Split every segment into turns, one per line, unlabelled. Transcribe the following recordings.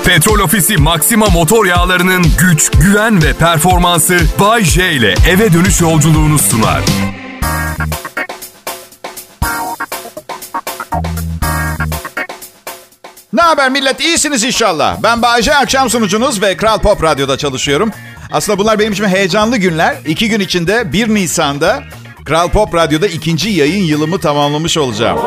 Petrol Ofisi Maxima motor yağlarının güç, güven ve performansı Bay J ile eve dönüş yolculuğunu sunar.
Ne haber millet? İyisiniz inşallah. Ben Bay J, akşam sunucunuz ve Kral Pop Radyo'da çalışıyorum. Aslında bunlar benim için heyecanlı günler. 2 gün içinde 1 Nisan'da Kral Pop Radyo'da 2. yayın yılımı tamamlamış olacağım.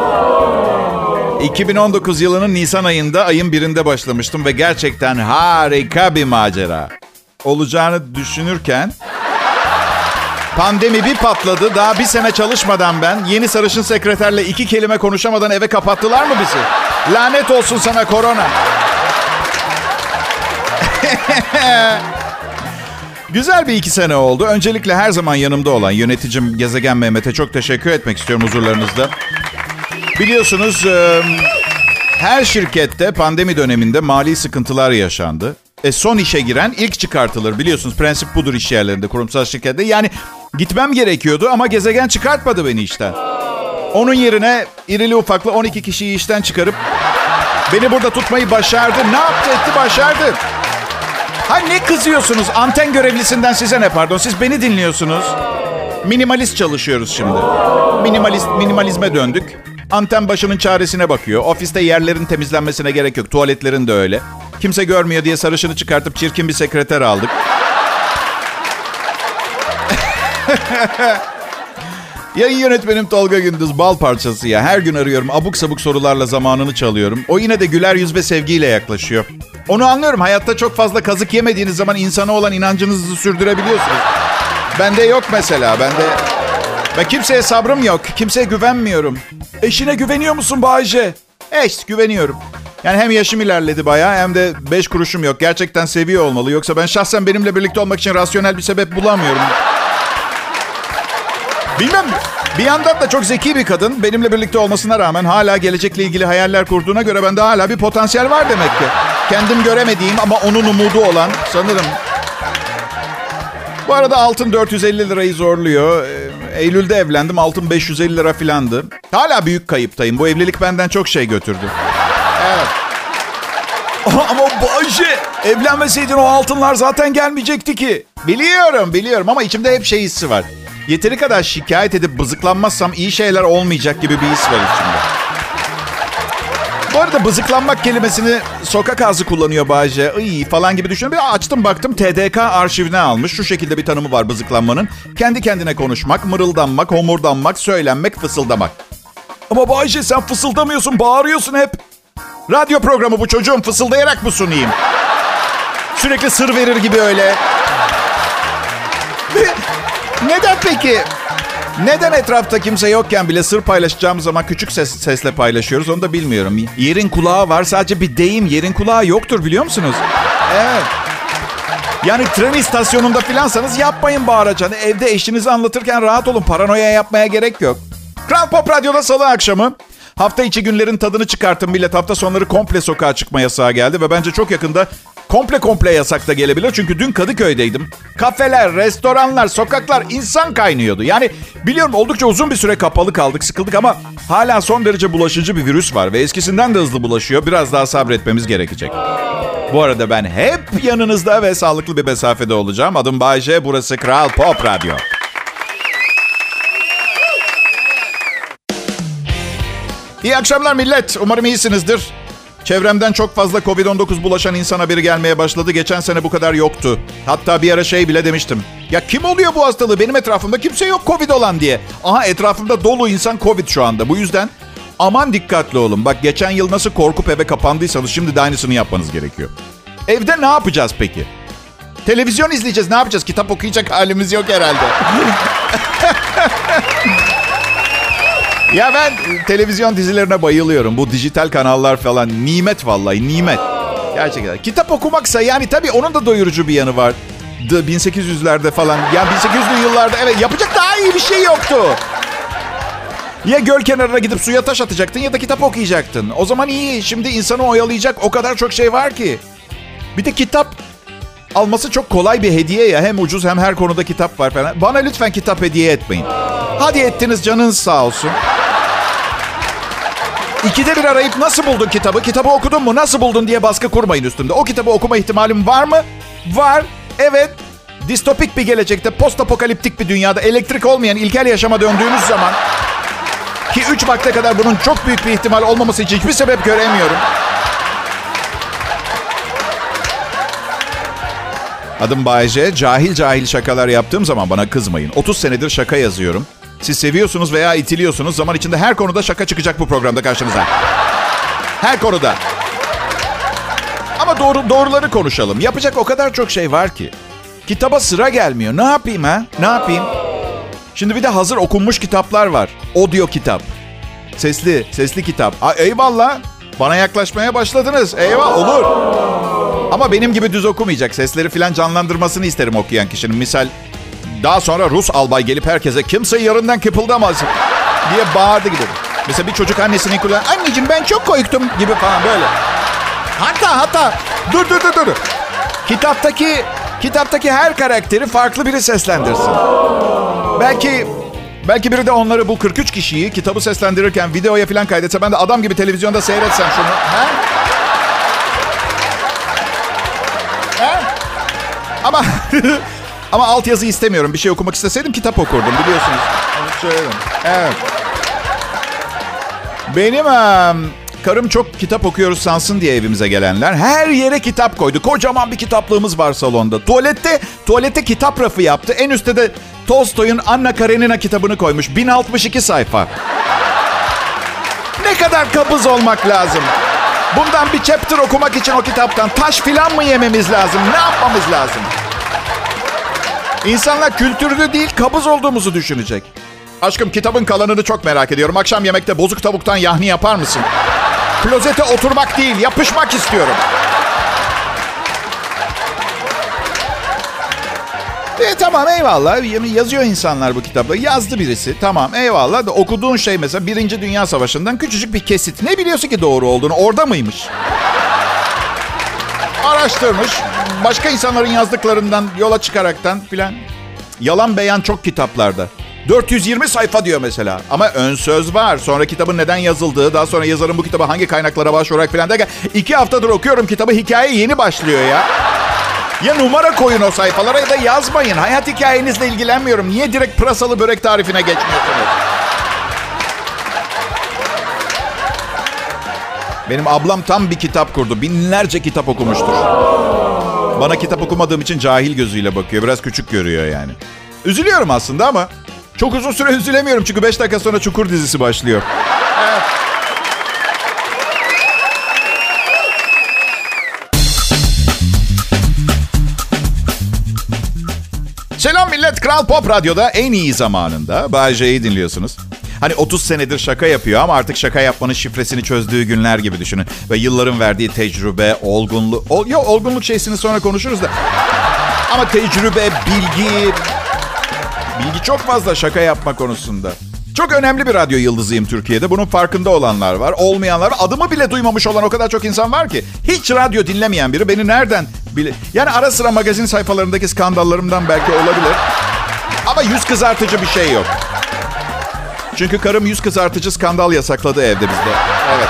2019 yılının Nisan ayında ayın 1'inde başlamıştım ve gerçekten harika bir macera olacağını düşünürken pandemi bir patladı. Daha bir sene çalışmadan ben yeni sarışın sekreterle 2 kelime konuşamadan eve kapattılar mı bizi? Lanet olsun sana korona. Güzel bir 2 sene oldu. Öncelikle her zaman yanımda olan yöneticim Gezegen Mehmet'e çok teşekkür etmek istiyorum huzurlarınızda. Biliyorsunuz her şirkette pandemi döneminde mali sıkıntılar yaşandı. Son işe giren ilk çıkartılır. Biliyorsunuz prensip budur iş yerlerinde, kurumsal şirkette. Yani gitmem gerekiyordu ama Gezegen çıkartmadı beni işten. Onun yerine irili ufaklı 12 kişiyi işten çıkarıp beni burada tutmayı başardı. Ne yaptı etti başardı. Ha ne kızıyorsunuz? Anten görevlisinden size ne pardon? Siz beni dinliyorsunuz. Minimalist çalışıyoruz şimdi. Minimalizme döndük. Anten başının çaresine bakıyor. Ofiste yerlerin temizlenmesine gerek yok. Tuvaletlerin de öyle. Kimse görmüyor diye sarışını çıkartıp çirkin bir sekreter aldık. Yayın yönetmenim Tolga Gündüz bal parçası ya. Her gün arıyorum. Abuk sabuk sorularla zamanını çalıyorum. O yine de güler yüz ve sevgiyle yaklaşıyor. Onu anlıyorum. Hayatta çok fazla kazık yemediğiniz zaman insana olan inancınızı sürdürebiliyorsunuz. Bende yok mesela. Ben kimseye sabrım yok. Kimseye güvenmiyorum. Eşine güveniyor musun Bayce? Güveniyorum. Yani hem yaşım ilerledi bayağı hem de 5 kuruşum yok. Gerçekten seviyor olmalı. Yoksa ben şahsen benimle birlikte olmak için rasyonel bir sebep bulamıyorum. Bilmem. Bir yandan da çok zeki bir kadın. Benimle birlikte olmasına rağmen hala gelecekle ilgili hayaller kurduğuna göre bende hala bir potansiyel var demek ki. Kendim göremediğim ama onun umudu olan sanırım. Bu arada altın 450 lirayı zorluyor. Eylül'de evlendim. Altın 550 lira filandı. Hala büyük kayıptayım. Bu evlilik benden çok şey götürdü. Evet. Ama Bayce, evlenmeseydin o altınlar zaten gelmeyecekti ki. Biliyorum ama içimde hep hissi var. Yeteri kadar şikayet edip bızıklanmazsam iyi şeyler olmayacak gibi bir his var içimde. Bu arada bızıklanmak kelimesini sokak ağzı kullanıyor Bayce. Falan gibi düşünüyorum. Bir açtım baktım TDK arşivine almış. Şu şekilde bir tanımı var bızıklanmanın. Kendi kendine konuşmak, mırıldanmak, homurdanmak, söylenmek, fısıldamak. Ama Bayce sen fısıldamıyorsun, bağırıyorsun hep. Radyo programı bu çocuğum, fısıldayarak mı sunayım? Sürekli sır verir gibi öyle. Neden peki? Neden etrafta kimse yokken bile sır paylaşacağımız zaman küçük sesle paylaşıyoruz onu da bilmiyorum. Yerin kulağı var, sadece bir deyim. Yerin kulağı yoktur biliyor musunuz? Evet. Yani tren istasyonunda filansanız yapmayın bağıracağını. Evde eşinize anlatırken rahat olun. Paranoya yapmaya gerek yok. Kral Pop Radyo'da salı akşamı. Hafta içi günlerin tadını çıkartın millet. Hafta sonları komple sokağa çıkma yasağı geldi. Ve bence çok yakında komple yasak da gelebilir. Çünkü dün Kadıköy'deydim. Kafeler, restoranlar, sokaklar insan kaynıyordu. Yani biliyorum oldukça uzun bir süre kapalı kaldık, sıkıldık ama hala son derece bulaşıcı bir virüs var. Ve eskisinden de hızlı bulaşıyor. Biraz daha sabretmemiz gerekecek. Bu arada ben hep yanınızda ve sağlıklı bir mesafede olacağım. Adım Bay J, burası Kral Pop Radyo. İyi akşamlar millet. Umarım iyisinizdir. Çevremden çok fazla Covid-19 bulaşan insan haberi gelmeye başladı. Geçen sene bu kadar yoktu. Hatta bir ara bile demiştim. Ya kim oluyor bu hastalığı? Benim etrafımda kimse yok Covid olan diye. Aha etrafımda dolu insan Covid şu anda. Bu yüzden aman dikkatli olun. Bak geçen yıl nasıl korkup eve kapandıysanız şimdi de aynısını yapmanız gerekiyor. Evde ne yapacağız peki? Televizyon izleyeceğiz. Ne yapacağız? Kitap okuyacak halimiz yok herhalde. Ya ben televizyon dizilerine bayılıyorum. Bu dijital kanallar falan nimet vallahi nimet. Gerçekten. Kitap okumaksa yani tabii onun da doyurucu bir yanı var. 1800'lerde falan. Yani 1800'lü yıllarda evet yapacak daha iyi bir şey yoktu. Ya göl kenarına gidip suya taş atacaktın ya da kitap okuyacaktın. O zaman iyi. Şimdi insanı oyalayacak o kadar çok şey var ki. Bir de kitap alması çok kolay bir hediye ya. Hem ucuz hem her konuda kitap var falan. Bana lütfen kitap hediye etmeyin. Hadi ettiniz canınız sağ olsun. İkide bir arayıp nasıl buldun kitabı? Kitabı okudun mu? Nasıl buldun diye baskı kurmayın üstümde. O kitabı okuma ihtimalim var mı? Var. Evet. Distopik bir gelecekte, postapokaliptik bir dünyada elektrik olmayan ilkel yaşama döndüğümüz zaman ki 3 vakte kadar bunun çok büyük bir ihtimal olmaması için hiçbir sebep göremiyorum. Adım Bay J. Cahil cahil şakalar yaptığım zaman bana kızmayın. 30 senedir şaka yazıyorum. Siz seviyorsunuz veya itiliyorsunuz. Zaman içinde her konuda şaka çıkacak bu programda karşınıza. Her konuda. Ama doğruları konuşalım. Yapacak o kadar çok şey var ki. Kitaba sıra gelmiyor. Ne yapayım ha? Ne yapayım? Şimdi bir de hazır okunmuş kitaplar var. Audio kitap. Sesli kitap. Eyvallah. Bana yaklaşmaya başladınız. Eyvallah, olur. Ama benim gibi düz okumayacak. Sesleri falan canlandırmasını isterim okuyan kişinin. Misal daha sonra Rus albay gelip herkese kimse yerinden kıpıldamaz diye bağırdı gibi. Mesela bir çocuk annesini kullan. Anneciğim ben çok korktum gibi falan böyle. Hatta. Dur. Kitaptaki her karakteri farklı biri seslendirsin. Belki biri de onları bu 43 kişiyi kitabı seslendirirken videoya falan kaydetse ben de adam gibi televizyonda seyretsem şunu. Ha? Ama altyazı istemiyorum. Bir şey okumak isteseydim kitap okurdum biliyorsunuz. Evet. Benim karım çok kitap okuyoruz sansın diye evimize gelenler her yere kitap koydu. Kocaman bir kitaplığımız var salonda. Tuvalette kitap rafı yaptı. En üstte de Tolstoy'un Anna Karenina kitabını koymuş. 1062 sayfa. Ne kadar kabız olmak lazım. Bundan bir chapter okumak için o kitaptan taş filan mı yememiz lazım? Ne yapmamız lazım? İnsanlar kültürlü değil, kabız olduğumuzu düşünecek. Aşkım kitabın kalanını çok merak ediyorum. Akşam yemekte bozuk tavuktan yahni yapar mısın? Klozete oturmak değil, yapışmak istiyorum. Tamam eyvallah. Yazıyor insanlar bu kitapta. Yazdı birisi. Tamam eyvallah da okuduğun şey mesela 1. Dünya Savaşı'ndan küçücük bir kesit. Ne biliyorsun ki doğru olduğunu? Orada mıymış? Araştırmış. Başka insanların yazdıklarından yola çıkaraktan filan. Yalan beyan çok kitaplarda. 420 sayfa diyor mesela. Ama ön söz var. Sonra kitabın neden yazıldığı, daha sonra yazarın bu kitaba hangi kaynaklara başvurarak filan derken 2 haftadır okuyorum kitabı, hikaye yeni başlıyor ya. Ya numara koyun o sayfalara ya da yazmayın. Hayat hikayenizle ilgilenmiyorum. Niye direkt pırasalı börek tarifine geçmiyorsunuz? Benim ablam tam bir kitap kurdu. Binlerce kitap okumuştur. Bana kitap okumadığım için cahil gözüyle bakıyor. Biraz küçük görüyor yani. Üzülüyorum aslında ama çok uzun süre üzülemiyorum. Çünkü 5 dakika sonra Çukur dizisi başlıyor. Evet. Selam millet. Kral Pop Radyo'da en iyi zamanında Bay J'yi dinliyorsunuz. Hani 30 senedir şaka yapıyor ama artık şaka yapmanın şifresini çözdüğü günler gibi düşünün. Ve yılların verdiği tecrübe, olgunluk... olgunluk şeysini sonra konuşuruz da. Ama tecrübe, bilgi çok fazla şaka yapma konusunda. Çok önemli bir radyo yıldızıyım Türkiye'de. Bunun farkında olanlar var, olmayanlar var. Adımı bile duymamış olan o kadar çok insan var ki. Hiç radyo dinlemeyen biri beni nereden bile... Yani ara sıra magazin sayfalarındaki skandallarımdan belki olabilir. Ama yüz kızartıcı bir şey yok. Çünkü karım yüz kızartıcı skandal yasakladı evde bizde. Evet.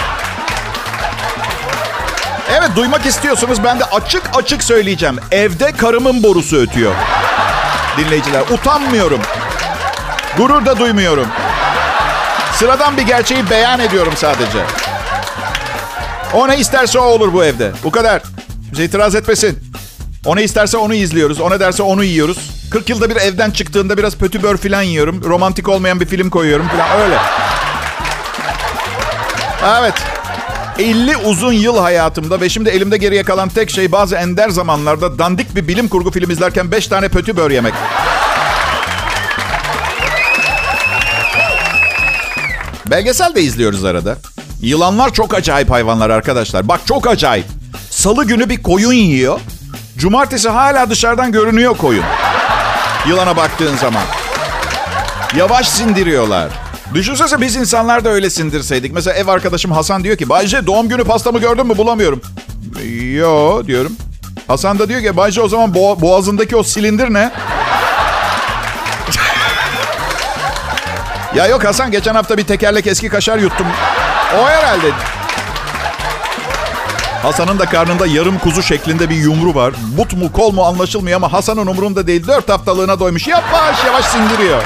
Evet, duymak istiyorsunuz. Ben de açık söyleyeceğim. Evde karımın borusu ötüyor. Dinleyiciler, utanmıyorum. Gurur da duymuyorum. Sıradan bir gerçeği beyan ediyorum sadece. O ne isterse o olur bu evde. Bu kadar. Bize itiraz etmesin. O ne isterse onu izliyoruz. O ne derse onu yiyoruz. 40 yılda bir evden çıktığında biraz pötibör falan yiyorum. Romantik olmayan bir film koyuyorum falan öyle. Evet. 50 uzun yıl hayatımda ve şimdi elimde geriye kalan tek şey bazı ender zamanlarda dandik bir bilim kurgu film izlerken 5 tane pötibör yemek. Belgesel de izliyoruz arada. Yılanlar çok acayip hayvanlar arkadaşlar. Bak çok acayip. Salı günü bir koyun yiyor. Cumartesi hala dışarıdan görünüyor koyun. Yılana baktığın zaman. Yavaş sindiriyorlar. Düşünsene biz insanlar da öyle sindirseydik. Mesela ev arkadaşım Hasan diyor ki Bayce doğum günü pastamı gördün mü, bulamıyorum. Yo diyorum. Hasan da diyor ki Bayce o zaman boğazındaki o silindir ne? Ya yok Hasan, geçen hafta bir tekerlek eski kaşar yuttum. O herhalde. Hasan'ın da karnında yarım kuzu şeklinde bir yumru var. But mu kol mu anlaşılmıyor ama Hasan'ın umurunda değil. 4 haftalığına doymuş. Yavaş yavaş sindiriyor.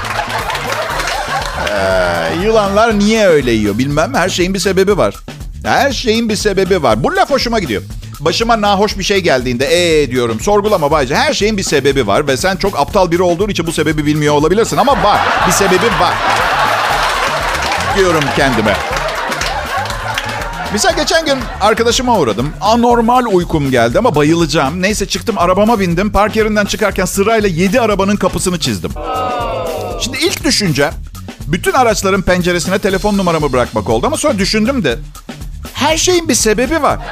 Yılanlar niye öyle yiyor bilmem. Her şeyin bir sebebi var. Her şeyin bir sebebi var. Bu laf hoşuma gidiyor. Başıma nahoş bir şey geldiğinde diyorum. Sorgulama Bayce. Her şeyin bir sebebi var. Ve sen çok aptal biri olduğun için bu sebebi bilmiyor olabilirsin. Ama var. Bir sebebi var. Diyorum kendime. Mesela geçen gün arkadaşıma uğradım. Anormal uykum geldi ama bayılacağım. Neyse çıktım, arabama bindim. Park yerinden çıkarken sırayla 7 arabanın kapısını çizdim. Şimdi ilk düşünce bütün araçların penceresine telefon numaramı bırakmak oldu. Ama sonra düşündüm de her şeyin bir sebebi var.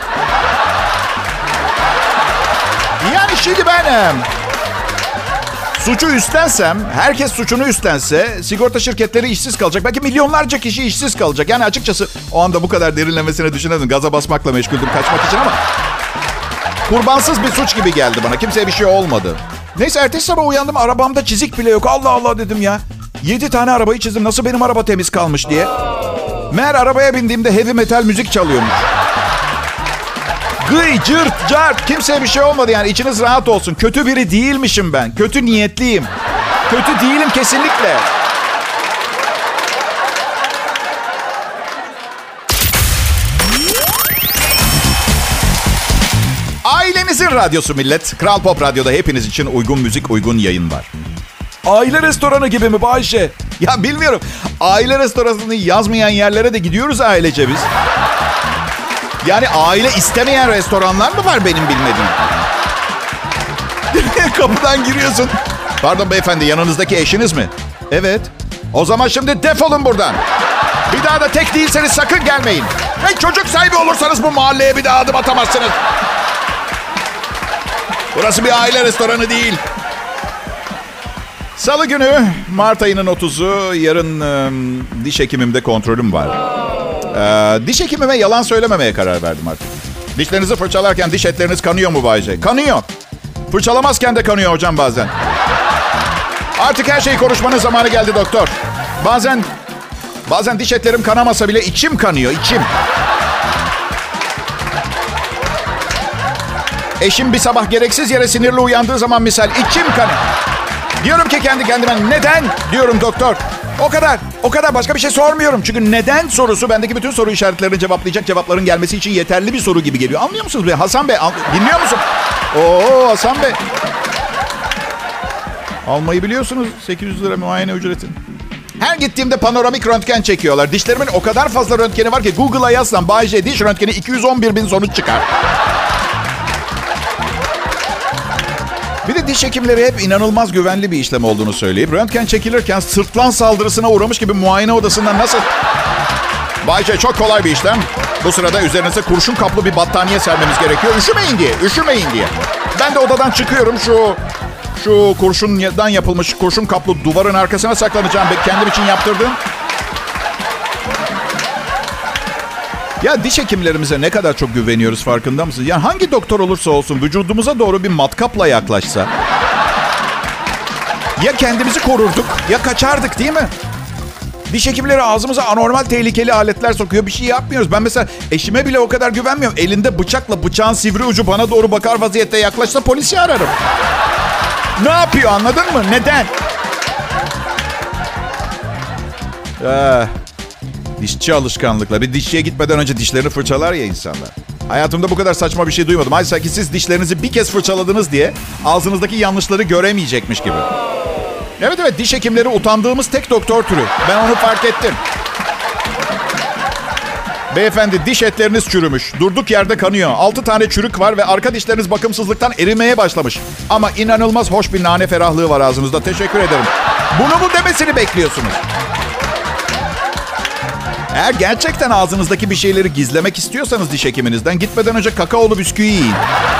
Yani şimdi ben suçu üstlensem, herkes suçunu üstlense sigorta şirketleri işsiz kalacak. Belki milyonlarca kişi işsiz kalacak. Yani açıkçası o anda bu kadar derinlemesine düşünemedim. Gaza basmakla meşguldüm kaçmak için ama kurbansız bir suç gibi geldi bana. Kimseye bir şey olmadı. Neyse ertesi sabah uyandım, arabamda çizik bile yok. Allah Allah dedim ya. 7 tane arabayı çizdim. Nasıl benim araba temiz kalmış diye. Meğer arabaya bindiğimde heavy metal müzik çalıyormuş. Gıy, cırt, cart. Kimseye bir şey olmadı yani. İçiniz rahat olsun. Kötü biri değilmişim ben. Kötü niyetliyim. Kötü değilim kesinlikle. Ailenizin radyosu millet. Kral Pop Radyo'da hepiniz için uygun müzik, uygun yayın var. Aile restoranı gibi mi Bayşe? Ya bilmiyorum. Aile restoranını yazmayan yerlere de gidiyoruz ailece biz. Yani aile istemeyen restoranlar mı var benim bilmediğim? Kapıdan giriyorsun. Pardon beyefendi, yanınızdaki eşiniz mi? Evet. O zaman şimdi defolun buradan. Bir daha da tek değilseniz sakın gelmeyin. Ve çocuk sahibi olursanız bu mahalleye bir daha adım atamazsınız. Burası bir aile restoranı değil. Salı günü Mart ayının 30'u. Yarın diş hekimimde kontrolüm var. Diş hekimime yalan söylememeye karar verdim artık. Dişlerinizi fırçalarken diş etleriniz kanıyor mu Bayce? Kanıyor. Fırçalamazken de kanıyor hocam bazen. Artık her şeyi konuşmanın zamanı geldi doktor. Bazen diş etlerim kanamasa bile içim kanıyor, içim. Eşim bir sabah gereksiz yere sinirli uyandığı zaman misal içim kanıyor. Diyorum ki kendi kendime neden diyorum doktor. O kadar başka bir şey sormuyorum. Çünkü neden sorusu bendeki bütün soru işaretlerini cevaplayacak cevapların gelmesi için yeterli bir soru gibi geliyor. Anlıyor musunuz? Hasan Bey dinliyor musun? Oo Hasan Bey. Almayı biliyorsunuz 800 lira muayene ücreti. Her gittiğimde panoramik röntgen çekiyorlar. Dişlerimin o kadar fazla röntgeni var ki Google'a yazsam Bay J diş röntgeni 211 bin sonuç çıkar. Bir de diş hekimleri hep inanılmaz güvenli bir işlem olduğunu söyleyip röntgen çekilirken sırtlan saldırısına uğramış gibi muayene odasından nasıl... Bayce çok kolay bir işlem. Bu sırada üzerinize kurşun kaplı bir battaniye sermemiz gerekiyor. Üşümeyin diye. Ben de odadan çıkıyorum şu kurşundan yapılmış kurşun kaplı duvarın arkasına saklanacağım. Kendim için yaptırdığım. Ya diş hekimlerimize ne kadar çok güveniyoruz farkında mısınız? Yani hangi doktor olursa olsun vücudumuza doğru bir matkapla yaklaşsa ya kendimizi korurduk ya kaçardık değil mi? Diş hekimleri ağzımıza anormal tehlikeli aletler sokuyor. Bir şey yapmıyoruz. Ben mesela eşime bile o kadar güvenmiyorum. Elinde bıçakla bıçağın sivri ucu bana doğru bakar vaziyette yaklaşsa polisi ararım. Ne yapıyor anladın mı? Neden? Dişçi alışkanlıkla. Bir dişçiye gitmeden önce dişlerini fırçalar ya insanlar. Hayatımda bu kadar saçma bir şey duymadım. Ay sanki siz dişlerinizi bir kez fırçaladınız diye ağzınızdaki yanlışları göremeyecekmiş gibi. Evet diş hekimleri utandığımız tek doktor türü. Ben onu fark ettim. Beyefendi diş etleriniz çürümüş. Durduk yerde kanıyor. 6 tane çürük var ve arka dişleriniz bakımsızlıktan erimeye başlamış. Ama inanılmaz hoş bir nane ferahlığı var ağzınızda. Teşekkür ederim. Bunu mu demesini bekliyorsunuz? Eğer gerçekten ağzınızdaki bir şeyleri gizlemek istiyorsanız diş hekiminizden gitmeden önce kakaolu bisküvi yiyin.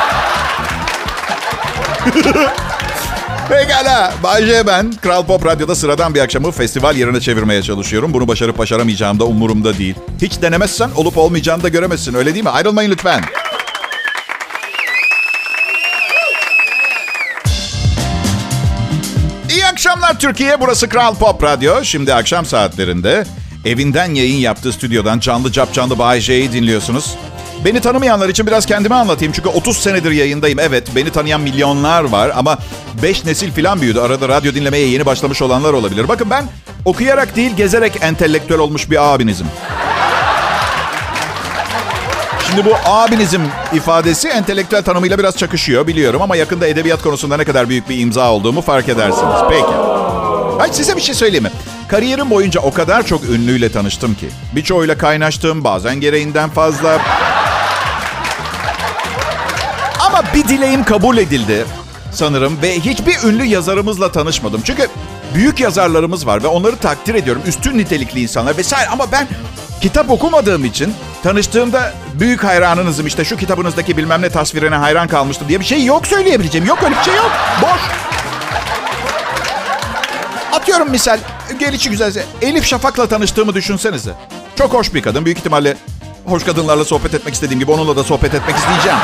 Pekala. Bay J ben. Kral Pop Radyo'da sıradan bir akşamı festival yerine çevirmeye çalışıyorum. Bunu başarıp başaramayacağım da umurumda değil. Hiç denemezsen olup olmayacağını da göremezsin. Öyle değil mi? Ayrılmayın lütfen. İyi akşamlar Türkiye. Burası Kral Pop Radyo. Şimdi akşam saatlerinde evinden yayın yaptığı stüdyodan canlı capcanlı Bay J'yi dinliyorsunuz. Beni tanımayanlar için biraz kendimi anlatayım. Çünkü 30 senedir yayındayım. Evet, beni tanıyan milyonlar var ama 5 nesil falan büyüdü. Arada radyo dinlemeye yeni başlamış olanlar olabilir. Bakın ben okuyarak değil, gezerek entelektüel olmuş bir abinizim. Şimdi bu abinizim ifadesi entelektüel tanımıyla biraz çakışıyor biliyorum ama yakında edebiyat konusunda ne kadar büyük bir imza olduğumu fark edersiniz. Peki. Hayır, size bir şey söyleyeyim mi? Kariyerim boyunca o kadar çok ünlüyle tanıştım ki. Birçoğuyla kaynaştım, bazen gereğinden fazla. Ama bir dileğim kabul edildi sanırım ve hiçbir ünlü yazarımızla tanışmadım. Çünkü büyük yazarlarımız var ve onları takdir ediyorum. Üstün nitelikli insanlar vesaire ama ben kitap okumadığım için tanıştığımda büyük hayranınızım, işte şu kitabınızdaki bilmem ne tasvirine hayran kalmıştım diye bir şey yok söyleyebileceğim. Yok, öyle bir şey yok. Boş. Atıyorum misal, gelişi güzelse Elif Şafak'la tanıştığımı düşünsenize. Çok hoş bir kadın. Büyük ihtimalle hoş kadınlarla sohbet etmek istediğim gibi onunla da sohbet etmek isteyeceğim.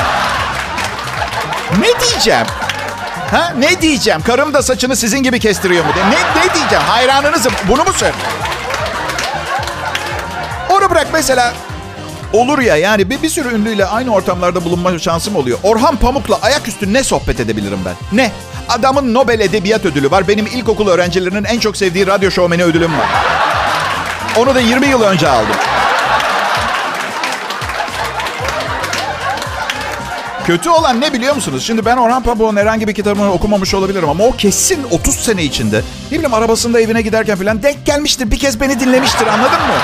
Ne diyeceğim? Ha? Ne diyeceğim? Karım da saçını sizin gibi kestiriyor mu diye. Ne diyeceğim? Hayranınızım. Bunu mu söyle? Onu bırak mesela. Olur ya yani bir sürü ünlüyle aynı ortamlarda bulunma şansım oluyor. Orhan Pamuk'la ayaküstü ne sohbet edebilirim ben? Ne? Adamın Nobel Edebiyat Ödülü var. Benim ilkokul öğrencilerinin en çok sevdiği radyo şovmeni ödülüm var. Onu da 20 yıl önce aldım. Kötü olan ne biliyor musunuz? Şimdi ben Orhan Pamuk'un herhangi bir kitabını okumamış olabilirim ama o kesin 30 sene içinde, ne bileyim arabasında evine giderken falan denk gelmiştir. Bir kez beni dinlemiştir, anladın mı?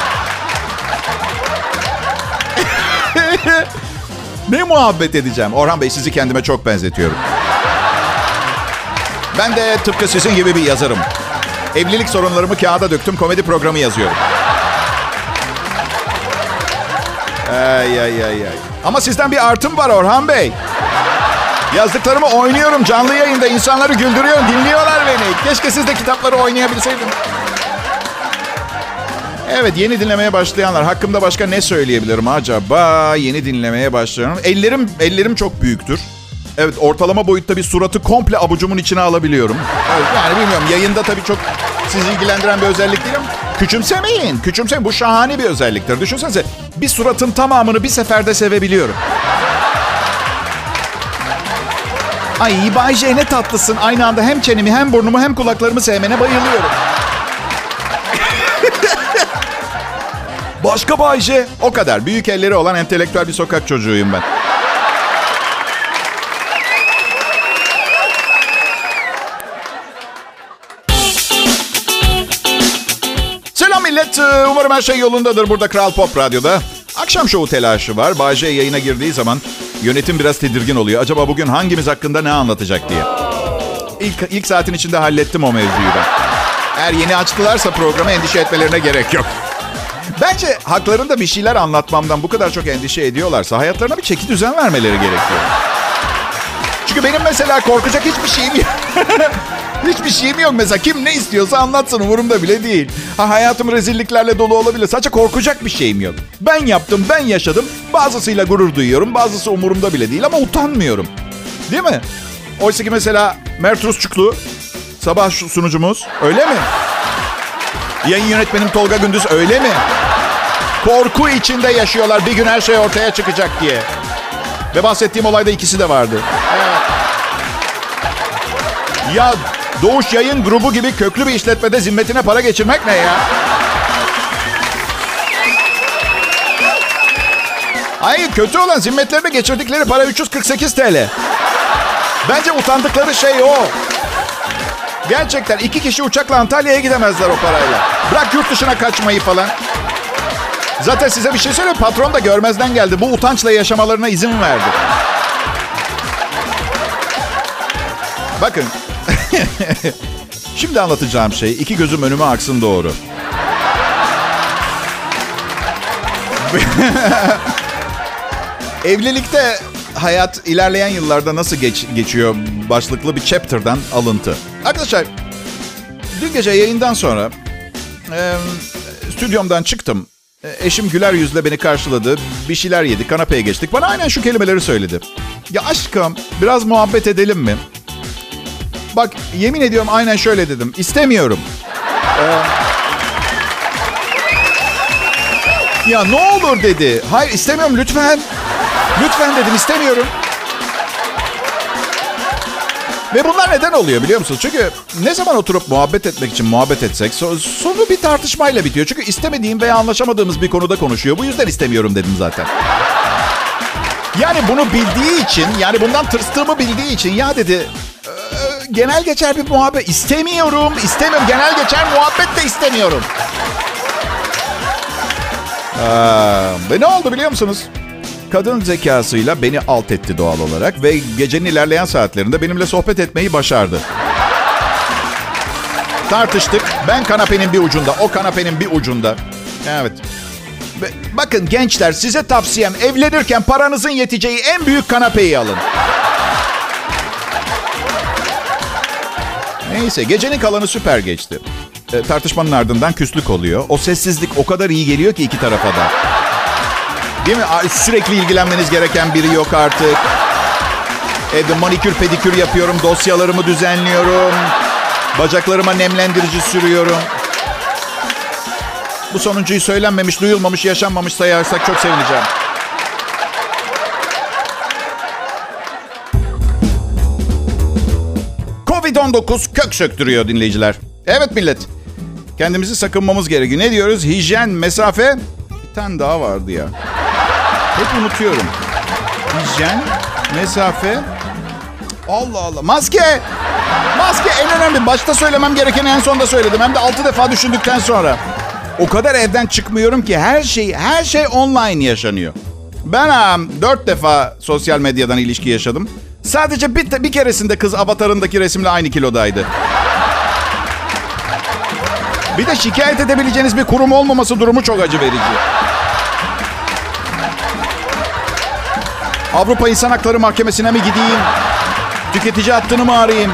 Ne muhabbet edeceğim? Orhan Bey, sizi kendime çok benzetiyorum. Ben de tıpkı sizin gibi bir yazarım. Evlilik sorunlarımı kağıda döktüm, komedi programı yazıyorum. Ay. Ama sizden bir artım var Orhan Bey. Yazdıklarımı oynuyorum canlı yayında. İnsanları güldürüyorum, dinliyorlar beni. Keşke siz de kitapları oynayabilseydin. Evet, yeni dinlemeye başlayanlar. Hakkımda başka ne söyleyebilirim acaba? Yeni dinlemeye başlayan. Ellerim çok büyüktür. Evet, ortalama boyutta bir suratı komple avucumun içine alabiliyorum. Evet, yani bilmiyorum, yayında tabii çok sizi ilgilendiren bir özellik değil ama küçümsemeyin. Bu şahane bir özelliktir. Düşünsenize, bir suratın tamamını bir seferde sevebiliyorum. Ay Bay J, ne tatlısın. Aynı anda hem çenemi hem burnumu hem kulaklarımı sevmene bayılıyorum. Başka Bay J. O kadar. Büyük elleri olan entelektüel bir sokak çocuğuyum ben. Selam millet. Umarım her şey yolundadır burada Kral Pop Radyo'da. Akşam şovu telaşı var. Bay J yayına girdiği zaman yönetim biraz tedirgin oluyor. Acaba bugün hangimiz hakkında ne anlatacak diye. İlk saatin içinde hallettim o mevzuyu ben. Eğer yeni açtılarsa programı endişe etmelerine gerek yok. Bence haklarında bir şeyler anlatmamdan bu kadar çok endişe ediyorlarsa hayatlarına bir çeki düzen vermeleri gerekiyor. Çünkü benim mesela korkacak hiçbir şeyim yok. Hiçbir şeyim yok mesela. Kim ne istiyorsa anlatsın, umurumda bile değil. Hayatım rezilliklerle dolu olabilir. Sadece korkacak bir şeyim yok. Ben yaptım, ben yaşadım. Bazısıyla gurur duyuyorum, bazısı umurumda bile değil ama utanmıyorum. Değil mi? Oysa ki mesela Mert Rusçuklu, sabah sunucumuz, öyle mi? Yayın yönetmenim Tolga Gündüz, öyle mi? Korku içinde yaşıyorlar, bir gün her şey ortaya çıkacak diye. Ve bahsettiğim olayda ikisi de vardı. Evet. Ya Doğuş Yayın Grubu gibi köklü bir işletmede zimmetine para geçirmek ne ya? Hayır, kötü olan zimmetlerine geçirdikleri para 348 TL. Bence utandıkları şey o. Gerçekten 2 kişi uçakla Antalya'ya gidemezler o parayla. Bırak yurt dışına kaçmayı falan. Zaten size bir şey söyleyeyim. Patron da görmezden geldi. Bu utançla yaşamalarına izin verdi. Bakın. Şimdi anlatacağım şey 2 gözüm önüme aksın doğru. Evlilikte hayat ilerleyen yıllarda nasıl geçiyor başlıklı bir chapter'dan alıntı. Arkadaşlar, dün gece yayından sonra stüdyomdan çıktım. Eşim güler yüzle beni karşıladı. Bir şeyler yedik, kanapeye geçtik. Bana aynen şu kelimeleri söyledi. Ya aşkım, biraz muhabbet edelim mi? Bak, yemin ediyorum aynen şöyle dedim. İstemiyorum. Ya ne olur dedi. Hayır istemiyorum lütfen. Lütfen dedim istemiyorum. Ve bunlar neden oluyor biliyor musunuz? Çünkü ne zaman oturup muhabbet etmek için muhabbet etsek sonu bir tartışmayla bitiyor. Çünkü istemediğim veya anlaşamadığımız bir konuda konuşuyor. Bu yüzden istemiyorum dedim zaten. Yani bunu bildiği için, yani bundan tırstığımı bildiği için ya dedi genel geçer bir muhabbet istemiyorum. Genel geçer muhabbet de istemiyorum. Ve ne oldu biliyor musunuz? Kadın zekasıyla beni alt etti doğal olarak ve gecenin ilerleyen saatlerinde benimle sohbet etmeyi başardı. Tartıştık. Ben kanapenin bir ucunda, o kanapenin bir ucunda. Evet. Bakın gençler, size tavsiyem evlenirken paranızın yeteceği en büyük kanapeyi alın. Neyse, gecenin kalanı süper geçti. Tartışmanın ardından küslük oluyor. O sessizlik o kadar iyi geliyor ki iki tarafa da. Değil mi? Sürekli ilgilenmeniz gereken biri yok artık. Evde manikür pedikür yapıyorum. Dosyalarımı düzenliyorum. Bacaklarıma nemlendirici sürüyorum. Bu sonuncuyu söylenmemiş, duyulmamış, yaşanmamış sayarsak çok sevineceğim. Covid-19 kök söktürüyor dinleyiciler. Evet millet. Kendimizi sakınmamız gerekiyor. Ne diyoruz? Hijyen, mesafe. Bir tane daha vardı ya. Hep unutuyorum. Hijyen, mesafe. Allah Allah. Maske. Maske en önemli. Başta söylemem gerekeni en sonda söyledim. Hem de 6 defa düşündükten sonra. O kadar evden çıkmıyorum ki her şey online yaşanıyor. Ben 4 defa sosyal medyadan ilişki yaşadım. Sadece bir keresinde kız avatarındaki resimle aynı kilodaydı. Bir de şikayet edebileceğiniz bir kurum olmaması durumu çok acı verici. Avrupa İnsan Hakları Mahkemesi'ne mi gideyim? Tüketici hattını mı arayayım?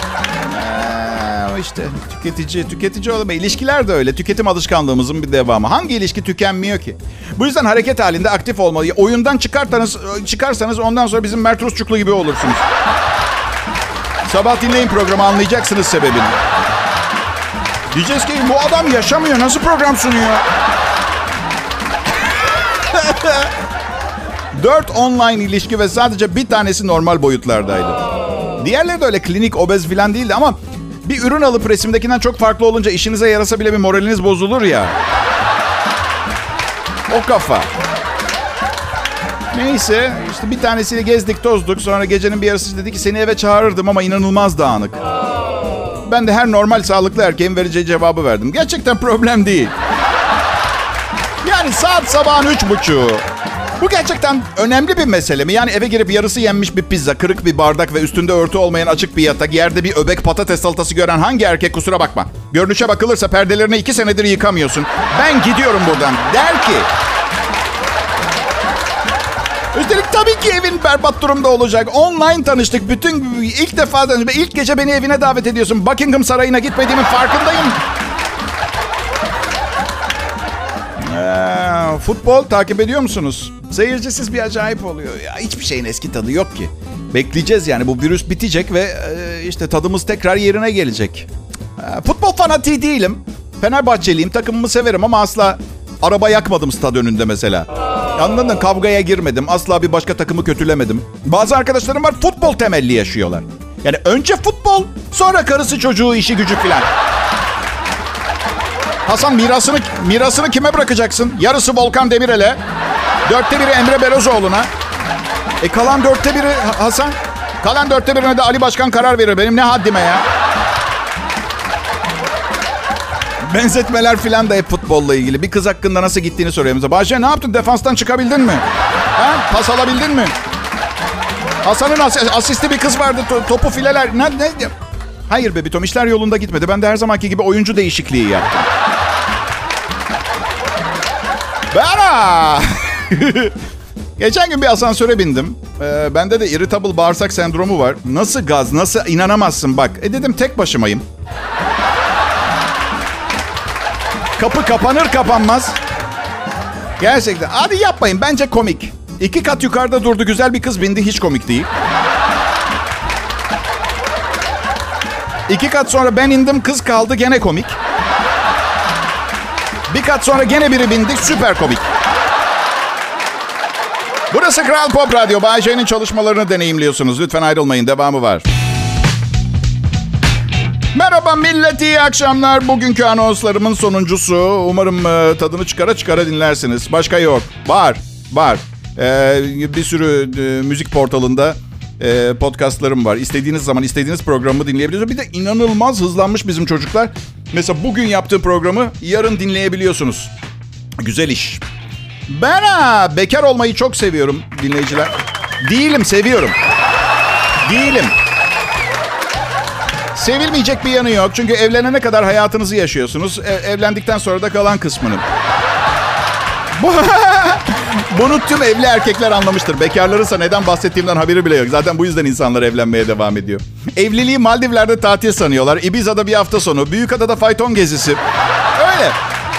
İşte tüketici olamayı. İlişkiler de öyle. Tüketim alışkanlığımızın bir devamı. Hangi ilişki tükenmiyor ki? Bu yüzden hareket halinde aktif olmalı. Oyundan çıkarsanız ondan sonra bizim Mert Rusçuklu gibi olursunuz. Sabah dinleyin programı, anlayacaksınız sebebini. Diyeceğiz ki bu adam yaşamıyor. Nasıl program sunuyor? 4 online ilişki ve sadece bir tanesi normal boyutlardaydı. Diğerleri de öyle klinik, obez falan değildi ama bir ürün alıp resimdekinden çok farklı olunca işinize yarasa bile bir moraliniz bozulur ya. O kafa. Neyse işte bir tanesiyle gezdik tozduk. Sonra gecenin bir yarısı dedi ki seni eve çağırırdım ama inanılmaz dağınık. Ben de her normal sağlıklı erkeğin vereceği cevabı verdim. Gerçekten problem değil. Yani saat sabahın 3:30. Bu gerçekten önemli bir mesele mi? Yani eve girip yarısı yenmiş bir pizza, kırık bir bardak ve üstünde örtü olmayan açık bir yatak, yerde bir öbek patates salatası gören hangi erkek kusura bakma. Görünüşe bakılırsa perdelerini 2 senedir yıkamıyorsun. Ben gidiyorum buradan der ki. Üstelik tabii ki evin berbat durumda olacak. Online tanıştık. İlk defa tanıştık. İlk gece beni evine davet ediyorsun. Buckingham Sarayı'na gitmediğimin farkındayım. Futbol takip ediyor musunuz? Seyircisiz bir acayip oluyor. Ya hiçbir şeyin eski tadı yok ki. Bekleyeceğiz yani bu virüs bitecek ve işte tadımız tekrar yerine gelecek. Futbol fanatiği değilim. Fenerbahçeliyim. Takımımı severim ama asla araba yakmadım stad önünde mesela. Anladın mı? Kavgaya girmedim. Asla bir başka takımı kötülemedim. Bazı arkadaşlarım var futbol temelli yaşıyorlar. Yani önce futbol, sonra karısı çocuğu, işi gücü filan. Hasan mirasını kime bırakacaksın? Yarısı Volkan Demirel'e. 1/4 Emre Belözoğlu'na. Kalan 1/4 Hasan. Kalan 1/4'ine de Ali Başkan karar verir. Benim ne haddime ya. Benzetmeler filan da hep futbolla ilgili. Bir kız hakkında nasıl gittiğini soruyorum. Bahçe ne yaptın? Defanstan çıkabildin mi? Ha? Pas alabildin mi? Hasan'ın asisti bir kız vardı. Topu fileler. Ne? Hayır be Tom, işler yolunda gitmedi. Ben de her zamanki gibi oyuncu değişikliği yaptım. Bana! Geçen gün bir asansöre bindim. Bende de irritable bağırsak sendromu var. Nasıl gaz? Nasıl? İnanamazsın bak. Dedim tek başımayım. Kapı kapanır kapanmaz. Gerçekten. Hadi yapmayın. Bence komik. 2 kat yukarıda durdu. Güzel bir kız bindi. Hiç komik değil. 2 kat sonra ben indim. Kız kaldı. Gene komik. 1 kat sonra gene biri bindi. Süper komik. Burası Kral Pop Radyo. Bay J'nin çalışmalarını deneyimliyorsunuz. Lütfen ayrılmayın. Devamı var. Merhaba millet, iyi akşamlar. Bugünkü anonslarımın sonuncusu. Umarım tadını çıkara dinlersiniz. Başka yok. Var. Bir sürü müzik portalında podcastlarım var. İstediğiniz zaman istediğiniz programı dinleyebiliyorsunuz. Bir de inanılmaz hızlanmış bizim çocuklar. Mesela bugün yaptığım programı yarın dinleyebiliyorsunuz. Güzel iş. Ben bekar olmayı çok seviyorum dinleyiciler. Değilim, seviyorum. Değilim. Sevilmeyecek bir yanı yok. Çünkü evlenene kadar hayatınızı yaşıyorsunuz. Evlendikten sonra da kalan kısmını. Bunu tüm evli erkekler anlamıştır. Bekarlarınsa neden bahsettiğimden haberi bile yok. Zaten bu yüzden insanlar evlenmeye devam ediyor. Evliliği Maldivler'de tatil sanıyorlar. Ibiza'da bir hafta sonu. Büyükada'da fayton gezisi. Öyle.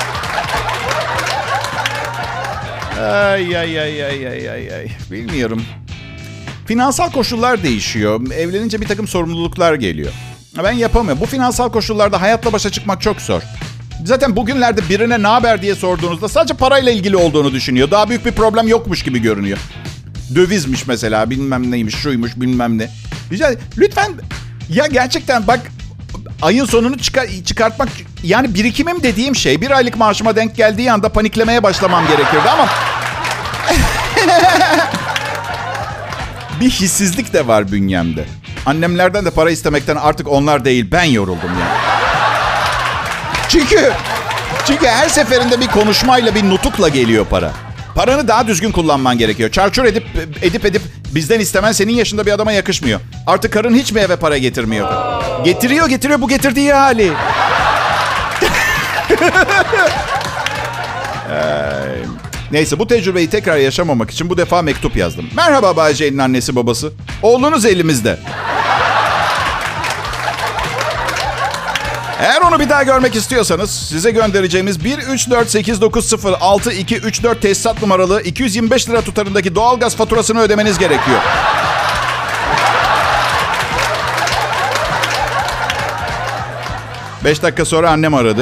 Ay. Bilmiyorum. Finansal koşullar değişiyor. Evlenince bir takım sorumluluklar geliyor. Ben yapamıyorum. Bu finansal koşullarda hayatla başa çıkmak çok zor. Zaten bugünlerde birine ne haber diye sorduğunuzda sadece parayla ilgili olduğunu düşünüyor. Daha büyük bir problem yokmuş gibi görünüyor. Dövizmiş mesela, bilmem neymiş, şuymuş, bilmem ne. Lütfen ya, gerçekten bak, ayın sonunu çıkartmak, yani birikimim dediğim şey bir aylık maaşıma denk geldiği anda paniklemeye başlamam gerekirdi ama bir hissizlik de var bünyemde. Annemlerden de para istemekten artık onlar değil, ben yoruldum ya. Çünkü her seferinde bir konuşmayla, bir nutukla geliyor para. Paranı daha düzgün kullanman gerekiyor. Çarçur edip bizden istemen senin yaşında bir adama yakışmıyor. Artık karın hiç mi eve para getirmiyor? Getiriyor bu getirdiği hali. Neyse, bu tecrübeyi tekrar yaşamamak için bu defa mektup yazdım. Merhaba Bay J'nin annesi babası. Oğlunuz elimizde. Eğer onu bir daha görmek istiyorsanız size göndereceğimiz 13489062234 tesisat numaralı 225 lira tutarındaki doğalgaz faturasını ödemeniz gerekiyor. Beş dakika sonra annem aradı.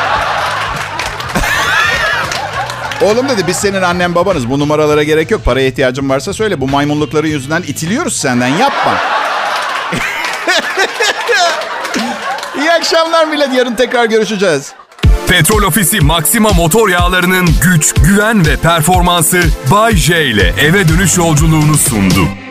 Oğlum dedi, biz senin annen babanız. Bu numaralara gerek yok. Paraya ihtiyacın varsa söyle. Bu maymunlukların yüzünden itiliyoruz senden. Yapma. İyi akşamlar millet. Yarın tekrar görüşeceğiz.
Petrol Ofisi Maxima motor yağlarının güç, güven ve performansı Bay J ile eve dönüş yolculuğunu sundu.